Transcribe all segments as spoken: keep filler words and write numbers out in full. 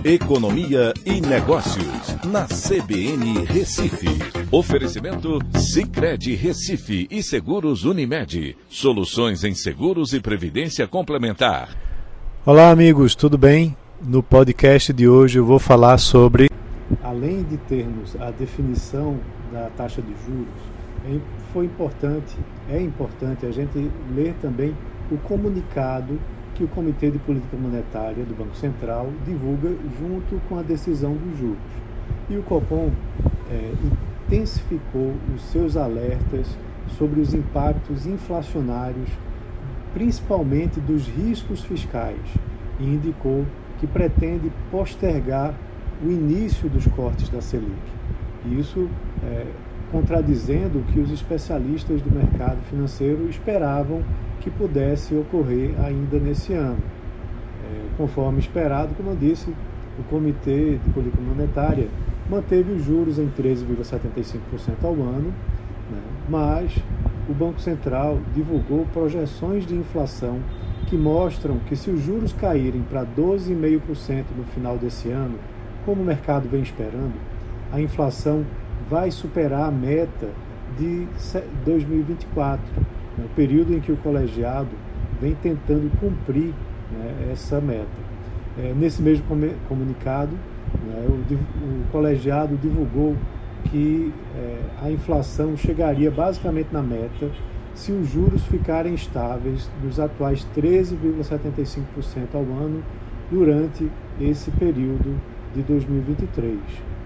Economia e Negócios, na C B N Recife. Oferecimento Sicredi Recife e Seguros Unimed. Soluções em seguros e previdência complementar. Olá amigos, tudo bem? No podcast de hoje eu vou falar sobre... Além de termos a definição da taxa de juros, foi importante, é importante a gente ler também o comunicado que o Comitê de Política Monetária do Banco Central divulga junto com a decisão dos juros. E o Copom é, intensificou os seus alertas sobre os impactos inflacionários, principalmente dos riscos fiscais, e indicou que pretende postergar o início dos cortes da Selic. Isso é, contradizendo o que os especialistas do mercado financeiro esperavam que pudesse ocorrer ainda nesse ano. É, conforme esperado, como eu disse, o Comitê de Política Monetária manteve os juros em treze vírgula setenta e cinco por cento ao ano, né, mas o Banco Central divulgou projeções de inflação que mostram que se os juros caírem para doze vírgula cinco por cento no final desse ano, como o mercado vem esperando, a inflação vai superar a meta de dois mil e vinte e quatro, né, o período em que o colegiado vem tentando cumprir, né, essa meta. É, nesse mesmo comunicado, né, o, o colegiado divulgou que é, a inflação chegaria basicamente na meta se os juros ficarem estáveis nos atuais treze vírgula setenta e cinco por cento ao ano durante esse período de dois mil e vinte e três.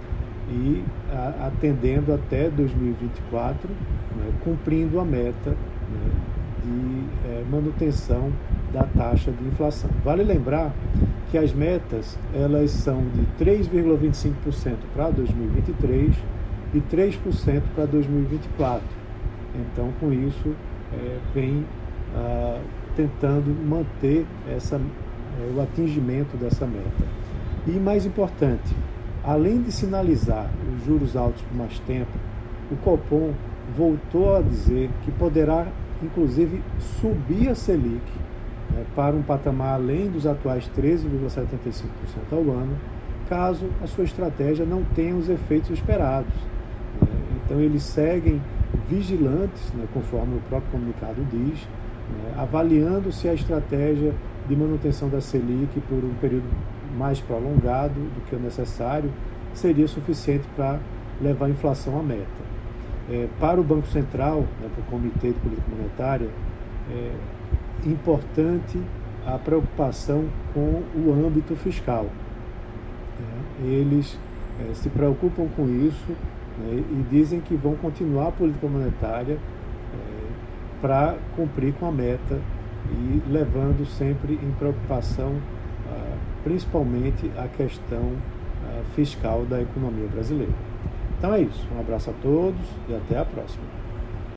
E a, atendendo até dois mil e vinte e quatro, né, cumprindo a meta, né, de é, manutenção da taxa de inflação. Vale lembrar que as metas elas são de três vírgula vinte e cinco por cento para dois mil e vinte e três e três por cento para dois mil e vinte e quatro. Então, com isso, é, vem ah, tentando manter essa, é, o atingimento dessa meta. E mais importante, além de sinalizar os juros altos por mais tempo, o Copom voltou a dizer que poderá, inclusive, subir a Selic, né, para um patamar além dos atuais treze vírgula setenta e cinco por cento ao ano, caso a sua estratégia não tenha os efeitos esperados. Né. Então, eles seguem vigilantes, né, conforme o próprio comunicado diz, né, avaliando se a estratégia de manutenção da Selic por um período mais prolongado do que o necessário seria suficiente para levar a inflação à meta. É, para o Banco Central, né, para o Comitê de Política Monetária, é importante a preocupação com o âmbito fiscal. É, eles é, se preocupam com isso, né, e dizem que vão continuar a política monetária é, para cumprir com a meta e levando sempre em preocupação ah, principalmente a questão ah, fiscal da economia brasileira. Então é isso. Um abraço a todos e até a próxima.